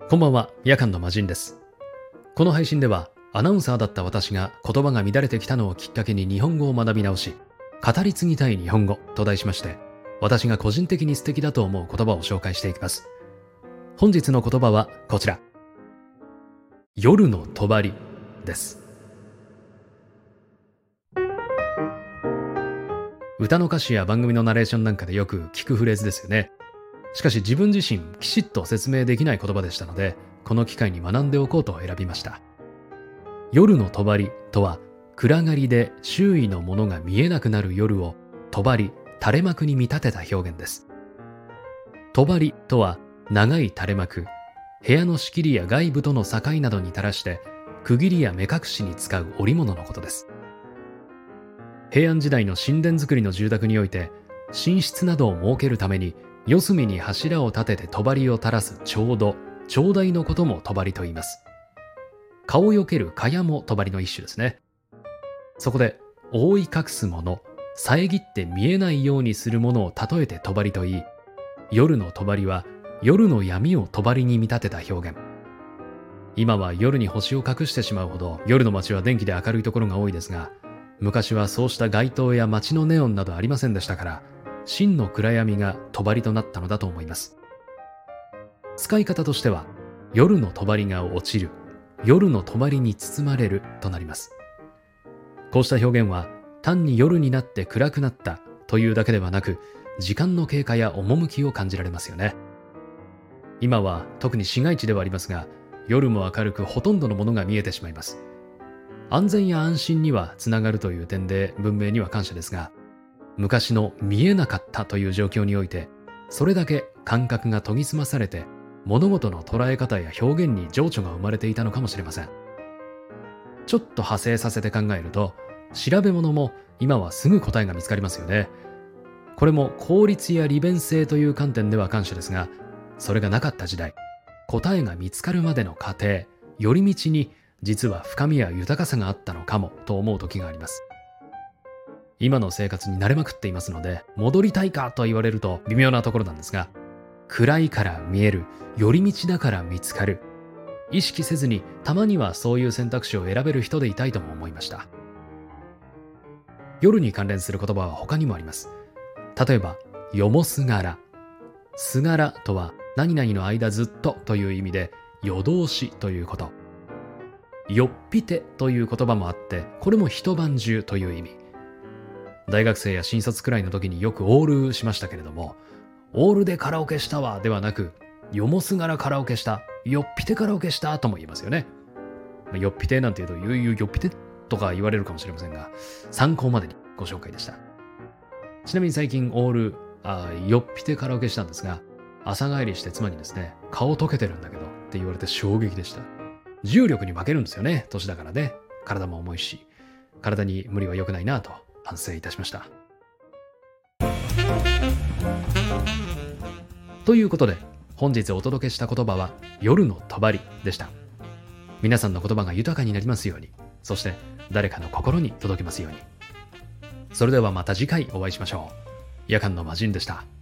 こんばんは、夜間の魔人です。この配信では、アナウンサーだった私が言葉が乱れてきたのをきっかけに日本語を学び直し、語り継ぎたい日本語と題しまして、私が個人的に素敵だと思う言葉を紹介していきます。本日の言葉はこちら。夜の帳です。歌の歌詞や番組のナレーションなんかでよく聞くフレーズですよね。しかし自分自身きちっと説明できない言葉でしたので、この機会に学んでおこうと選びました。夜の帳とは、暗がりで周囲のものが見えなくなる夜を帳、垂れ幕に見立てた表現です。帳とは、長い垂れ幕、部屋の仕切りや外部との境などに垂らして区切りや目隠しに使う織物のことです。平安時代の神殿造りの住宅において、寝室などを設けるために四隅に柱を立てて帳を垂らす長台のことも帳と言います。顔をよける茅も帳の一種ですね。そこで覆い隠すもの、遮って見えないようにするものを例えて帳と言い、夜の帳は夜の闇を帳に見立てた表現。今は夜に星を隠してしまうほど夜の街は電気で明るいところが多いですが、昔はそうした街灯や街のネオンなどありませんでしたから、真の暗闇が帳となったのだと思います。使い方としては、夜の帳が落ちる、夜の帳に包まれるとなります。こうした表現は単に夜になって暗くなったというだけではなく、時間の経過や趣を感じられますよね。今は特に市街地ではありますが、夜も明るくほとんどのものが見えてしまいます。安全や安心にはつながるという点で文明には感謝ですが、昔の見えなかったという状況において、それだけ感覚が研ぎ澄まされて、物事の捉え方や表現に情緒が生まれていたのかもしれません。ちょっと派生させて考えると、調べ物も今はすぐ答えが見つかりますよね。これも効率や利便性という観点では感謝ですが、それがなかった時代、答えが見つかるまでの過程、寄り道に実は深みや豊かさがあったのかもと思う時があります。今の生活に慣れまくっていますので、戻りたいかと言われると微妙なところなんですが、暗いから見える、寄り道だから見つかる、意識せずにたまにはそういう選択肢を選べる人でいたいとも思いました。夜に関連する言葉は他にもあります。例えば、よもすがら。すがらとは何々の間ずっとという意味で、夜通しということ。よっぴてという言葉もあって、これも一晩中という意味。大学生や新卒くらいの時によくオールしましたけれども、オールでカラオケしたわではなく、よもすがらカラオケした、よっぴてカラオケしたとも言いますよね。よっぴてなんて言うと、ゆうよっぴてとか言われるかもしれませんが、参考までにご紹介でした。ちなみに最近オール、よっぴてカラオケしたんですが、朝帰りして妻にですね、顔溶けてるんだけどって言われて衝撃でした。重力に負けるんですよね、年だからね。体も重いし、体に無理は良くないなと反省いたしました。ということで、本日お届けした言葉は夜の帳でした。皆さんの言葉が豊かになりますように、そして誰かの心に届きますように。それではまた次回お会いしましょう。夜間の魔人でした。